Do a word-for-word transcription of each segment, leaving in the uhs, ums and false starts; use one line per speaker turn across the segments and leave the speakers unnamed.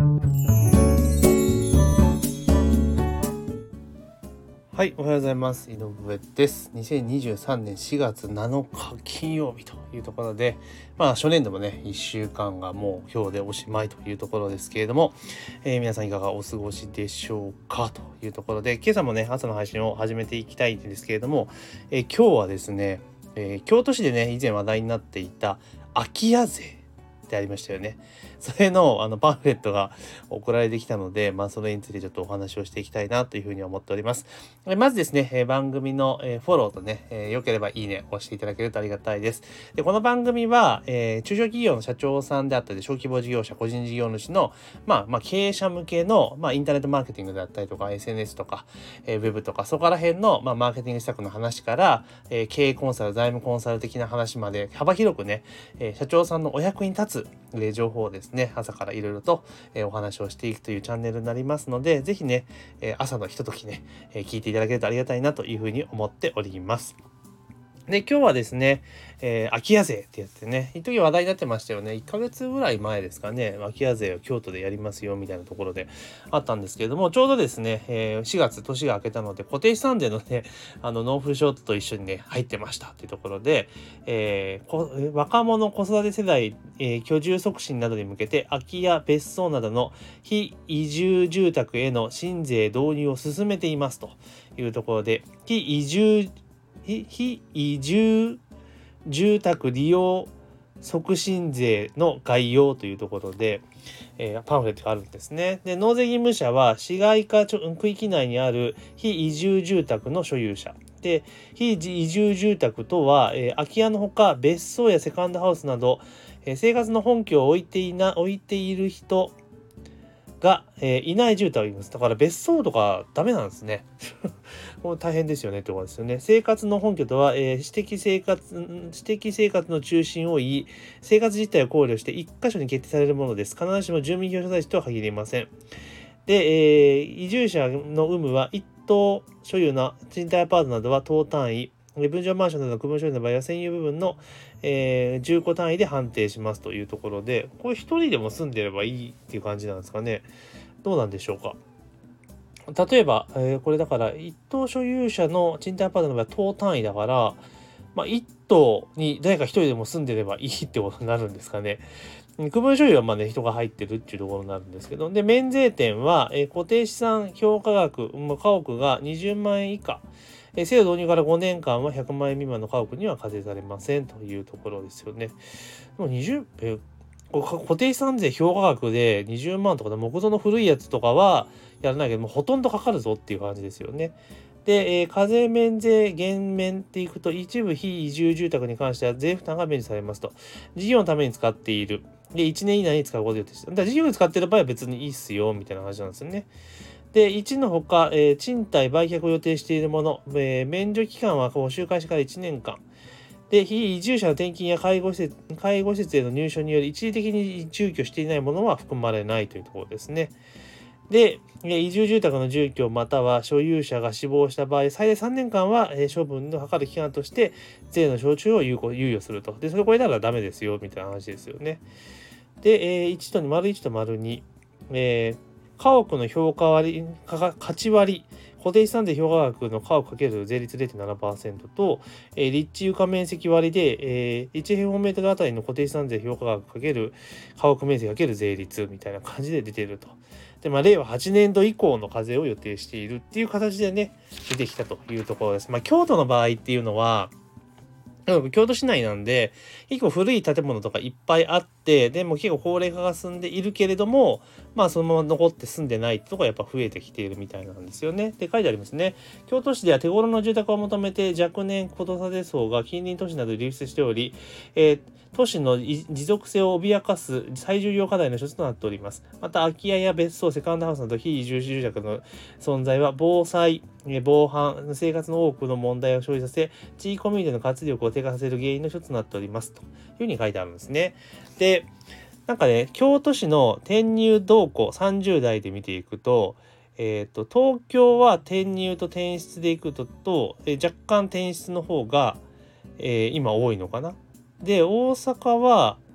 はい、おはようございます。井上です。にせんにじゅうさんねんしがつなのか金曜日というところで、まあ初年度もね、いっしゅうかんがもう今日でおしまいというところですけれども、えー皆さんいかがお過ごしでしょうかというところで、今朝もね、朝の配信を始めていきたいんですけれども、えー今日はですね、えー京都市でね、以前話題になっていた空き家税ってありましたよね。それのあのパンフレットが送られてきたので、まあ、それについてちょっとお話をしていきたいなというふうに思っております。えまずですね、え番組の、えフォローとね、えー、よければいいねを押していただけるとありがたいです。で、この番組は、えー中小企業の社長さんであったり、小規模事業者、個人事業主の、まあ、まあ、経営者向けの、まあ、インターネットマーケティングであったりとか、エスエヌエス とか、えーウェブとか、そこら辺の、まあ、マーケティング施策の話から、えー経営コンサル、財務コンサル的な話まで、幅広くね、えー社長さんのお役に立つ、えー情報をですね、朝からいろいろと、えーお話をしていくというチャンネルになりますので、ぜひね、えー朝のひとときね、えー聞いていただけるとありがたいなというふうに思っております。で、今日はですね、えー空き家税ってやってね、一時話題になってましたよね。いっかげつぐらい前ですかね、空き家税を京都でやりますよみたいなところであったんですけれども、ちょうどですね、えーしがつ年が明けたので、固定資産税のね、あの納付書と一緒にね、入ってましたっていうところで、えーこ若者子育て世代、えー居住促進などに向けて、空き家、別荘などの非移住住宅への新税導入を進めていますというところで、非移住非非移住住宅利用促進税の概要というところで、えーパンフレットがあるんですね。で、納税義務者は市街化区域内にある非移住住宅の所有者。で、非移住住宅とは、えー空き家のほか別荘やセカンドハウスなど、えー生活の本拠を置いていな置いている人が、えーいない住宅を言います。だから別荘とかダメなんですね。これ大変ですよねってことですよね。生活の本拠とは、えー私的生活、ん私的生活の中心を言い、生活実態を考慮して一箇所に決定されるものです。必ずしも住民票所在地とは限りません。で、えー移住者の有無は一棟所有の賃貸アパートなどは棟単位、分譲マンションなどの区分所有の場合は占有部分の、えー、住戸単位で判定しますというところで、これ一人でも住んでればいいっていう感じなんですかね。どうなんでしょうか。例えば、えーこれだから一棟所有者の賃貸アパートの場合は棟単位だから、まあ、一棟に誰か一人でも住んでればいいってことになるんですかね。区分所有はまあね、人が入ってるっていうところになるんですけど、で、免税店は、えー固定資産評価額、まあ、家屋がにじゅうまんえん以下、えー制度導入からごねんかんはひゃくまんえん未満の家屋には課税されませんというところですよね。でもにじゅう、えーこう固定資産税評価額でにじゅうまんとかで木造の古いやつとかはやらないけども、ほとんどかかるぞっていう感じですよね。で、えー課税免税減免っていくと、一部非移住住宅に関しては税負担が免除されますと。事業のために使っている。で、いちねん以内に使うことを予定して、だから事業に使っている場合は別にいいっすよ、みたいな話なんですよね。で、いちのほか、えー賃貸売却を予定しているもの、えー免除期間は募集開始からいちねんかん。で、非移住者の転勤や介護施設、介護施設への入所により一時的に住居していないものは含まれないというところですね。で、移住住宅の住居または所有者が死亡した場合、最大さんねんかんは処分の図る期間として税の徴収を猶予すると。で、それを超えたらダメですよ、みたいな話ですよね。で、いちとに、丸いちと丸に、えー家屋の評価割、価値割、固定資産税評価額の家屋かける税率 れいてんななパーセント と、えー立地床面積割で、えーいち平方メートルあたりの固定資産税評価額かける家屋面積かける税率みたいな感じで出ていると。で、まあ、れいわはちねんど以降の課税を予定しているっていう形でね、出てきたというところです。まあ、京都の場合っていうのは、京都市内なんで、結構古い建物とかいっぱいあって、でも結構高齢化が進んでいるけれども、まあそのまま残って住んでないってとこがやっぱ増えてきているみたいなんですよね。で、書いてありますね。京都市では手頃の住宅を求めて若年子育て層が近隣都市などで流出しており、えー都市の持続性を脅かす最重要課題の一つとなっております。また、空き家や別荘、セカンドハウスなど非移住住宅の存在は防災、防犯、生活の多くの問題を生じさせ、地域コミュニティの活力を低下させる原因の一つとなっておりますというふうに書いてあるんですね。で、なんかね、京都市の転入動向さんじゅう代で見ていくと、えーと、東京は転入と転出でいくとと、えー若干転出の方が、えー今多いのかな。で、大阪は、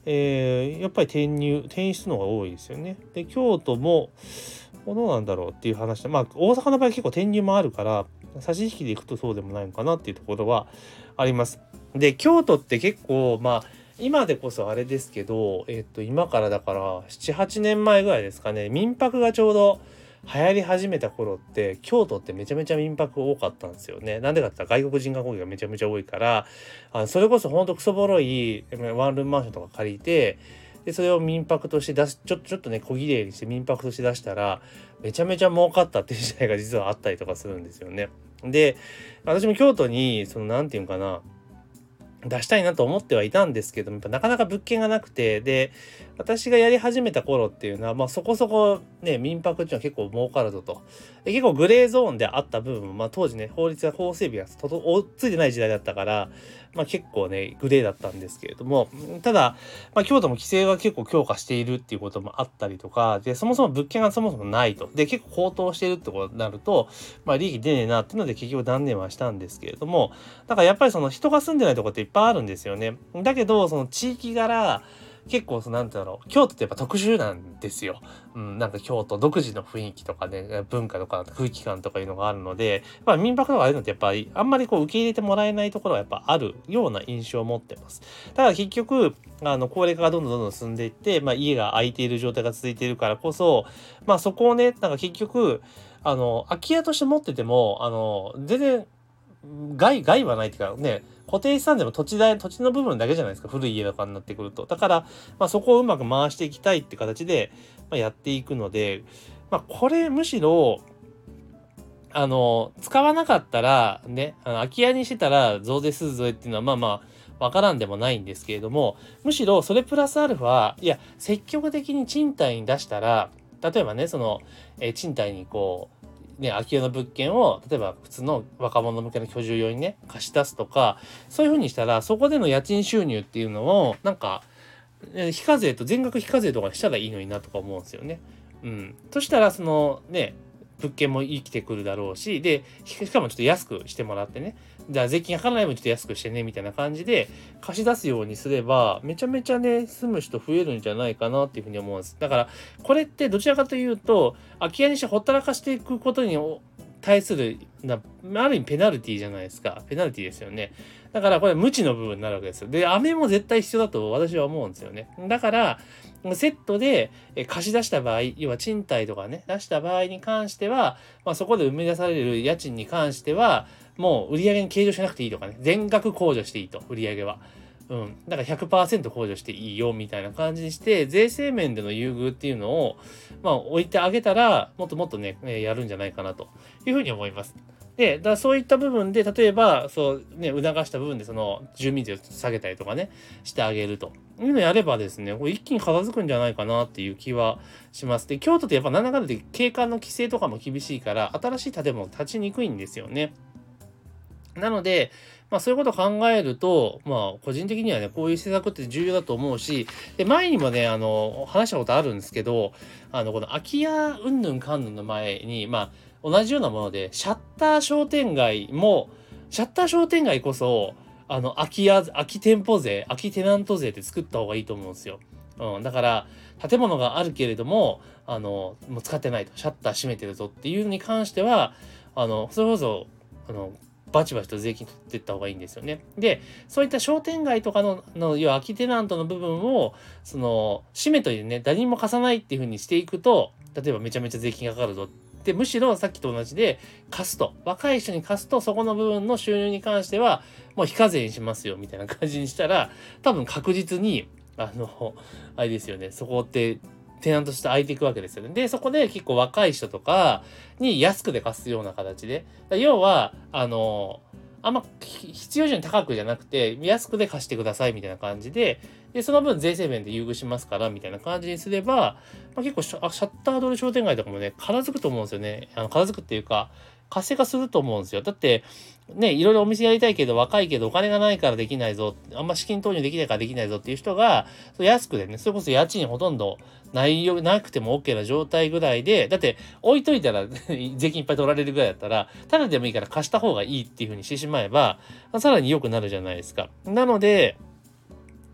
えー、やっぱり転入転出の方が多いですよね。で京都もどうなんだろうっていう話で、まあ大阪の場合結構転入もあるから差し引きでいくとそうでもないのかなっていうところはあります。で京都って結構まあ今でこそあれですけど、えっと今からだからななはちねんまえぐらいですかね、民泊がちょうど流行り始めた頃って京都ってめちゃめちゃ民泊多かったんですよね。なんでかって言ったら外国人観光客がめちゃめちゃ多いから、あそれこそほんとクソボロいワンルームマンションとか借りて、でそれを民泊として出す、ちょちょっとね小綺麗にして民泊として出したらめちゃめちゃ儲かったっていう時代が実はあったりとかするんですよね。で私も京都にそのなんていうかな出したいなと思ってはいたんですけども、やっぱなかなか物件がなくて、で私がやり始めた頃っていうのは、まあ、そこそこね民泊っていうのは結構儲かるぞと。で結構グレーゾーンであった部分も、まあ、当時ね法律や法整備がとと追いついてない時代だったから、まあ、結構ねグレーだったんですけれども、ただ、まあ、京都も規制が結構強化しているっていうこともあったりとかで、そもそも物件がそもそもないと、で結構高騰しているってことになると、まあ、利益出ねえなっていうので結局断念はしたんですけれども、だからやっぱりその人が住んでないところっていっぱいあるんですよね。だけどその地域柄結構そのなんてだろう、京都ってやっぱ特殊なんですよ。うん、なんか京都独自の雰囲気とかね、文化とか空気感とかいうのがあるので、まあ民泊とかああいうのってやっぱりあんまりこう受け入れてもらえないところはやっぱあるような印象を持ってます。ただ結局あの高齢化がどんどんどんどん進んでいって、まあ家が空いている状態が続いているからこそ、まあそこをね、なんか結局あの空き家として持っててもあの全然害害はないっていうかね、固定資産でも土地代土地の部分だけじゃないですか、古い家とかになってくると。だから、まあ、そこをうまく回していきたいって形で、まあ、やっていくので、まあ、これむしろあの使わなかったらね、あの空き家にしてたら増税するぞっていうのはまあまあわからんでもないんですけれども、むしろそれプラスアルファ、いや積極的に賃貸に出したら、例えばねその、えー賃貸にこうね空き家の物件を例えば普通の若者向けの居住用にね貸し出すとか、そういう風にしたらそこでの家賃収入っていうのをなんかえー非課税と全額非課税とかにしたらいいのになとか思うんですよね。うん。そしたらそのね物件も生きてくるだろうし、でしかもちょっと安くしてもらってね、じゃあ税金かからない分ちょっと安くしてねみたいな感じで貸し出すようにすればめちゃめちゃね住む人増えるんじゃないかなっていうふうに思うんです。だからこれってどちらかというと空き家にしてほったらかしていくことに対するなある意味ペナルティじゃないですか。ペナルティですよね。だからこれ無知の部分になるわけですよ。で、飴も絶対必要だと私は思うんですよね。だからセットで貸し出した場合、要は賃貸とかね出した場合に関しては、まあ、そこで生み出される家賃に関してはもう売り上げに計上しなくていいとかね、全額控除していいと、売り上げは。うん、だから ひゃくパーセント 控除していいよみたいな感じにして、税制面での優遇っていうのを、まあ、置いてあげたらもっともっとねやるんじゃないかなというふうに思います。で、だそういった部分で例えばそうね促した部分でその住民税を下げたりとかねしてあげるというのをやればですね、これ一気に片付くんじゃないかなっていう気はします。で、京都ってやっぱなんだかんだで景観の規制とかも厳しいから新しい建物立ちにくいんですよね。なので、まあそういうことを考えると、まあ個人的にはね、こういう施策って重要だと思うし、で、前にもね、あの、話したことあるんですけど、あの、この空き家うんぬんかんぬんの前に、まあ同じようなもので、シャッター商店街も、シャッター商店街こそ、あの、空き家、空き店舗税、空きテナント税って作った方がいいと思うんですよ。うん、だから、建物があるけれども、あの、もう使ってないと、シャッター閉めてるぞっていうのに関しては、あの、それこそ、あの、バチバチと税金取っていった方がいいんですよね。で、そういった商店街とかの、の要は空きテナントの部分を、その、閉めといてね、誰にも貸さないっていう風にしていくと、例えばめちゃめちゃ税金がかかるぞ。で、むしろさっきと同じで、貸すと。若い人に貸すと、そこの部分の収入に関しては、もう非課税にしますよ、みたいな感じにしたら、多分確実に、あの、あれですよね、そこって、テナントして空いていくわけですよね。で、そこで結構若い人とかに安くで貸すような形で。要は、あの、あんま必要以上に高くじゃなくて、安くで貸してくださいみたいな感じで、で、その分税制面で優遇しますからみたいな感じにすれば、まあ、結構シャ、シャッター通り商店街とかもね、片付くと思うんですよね。あの片付くっていうか、活性化すると思うんですよ。だって、ね、いろいろお店やりたいけど、若いけどお金がないからできないぞ、あんま資金投入できないからできないぞっていう人が、安くでね、それこそ家賃ほとんどないよ、なくても OK な状態ぐらいで、だって置いといたら税金いっぱい取られるぐらいだったら、ただでもいいから貸した方がいいっていう風にしてしまえば、さらに良くなるじゃないですか。なので、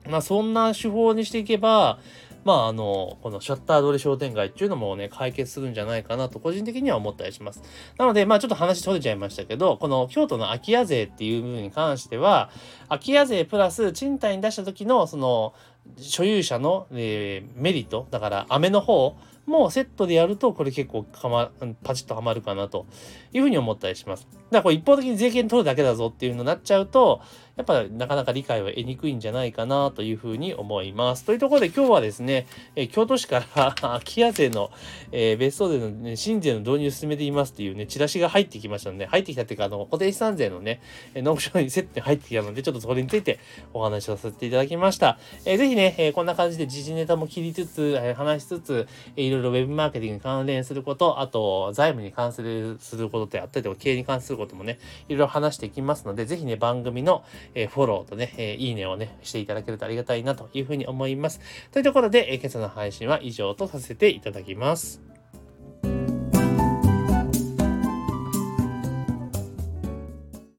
まあそんな手法にしていけば、まああの、このシャッター通り商店街っていうのもね、解決するんじゃないかなと個人的には思ったりします。なので、まあちょっと話取れちゃいましたけど、この京都の空き家税っていう部分に関しては、空き家税プラス賃貸に出した時のその所有者の、えーメリット、だから雨の方もセットでやると、これ結構かま、パチッとはまるかなというふうに思ったりします。だからこれ一方的に税金取るだけだぞっていうのになっちゃうと、やっぱなかなか理解は得にくいんじゃないかなというふうに思います。というところで今日はですね、えー京都市から空き家税の、えー別荘税の、ね、新税の導入を進めていますっていうね、チラシが入ってきましたので、入ってきたっていうか、あの、固定資産税のね、えー納付書にセットに入ってきたので、ちょっとそれについてお話しさせていただきました。えーぜひね、えーこんな感じで時事ネタも切りつつ、えー話しつつ、えーいろいろウェブマーケティングに関連すること、あと、財務に関するすることであったりとか、経営に関することもね、いろいろ話していきますので、ぜひね、番組の、えーフォローとね、えーいいねをね、していただけるとありがたいなというふうに思います。というところで、えー今朝の配信は以上とさせていただきます。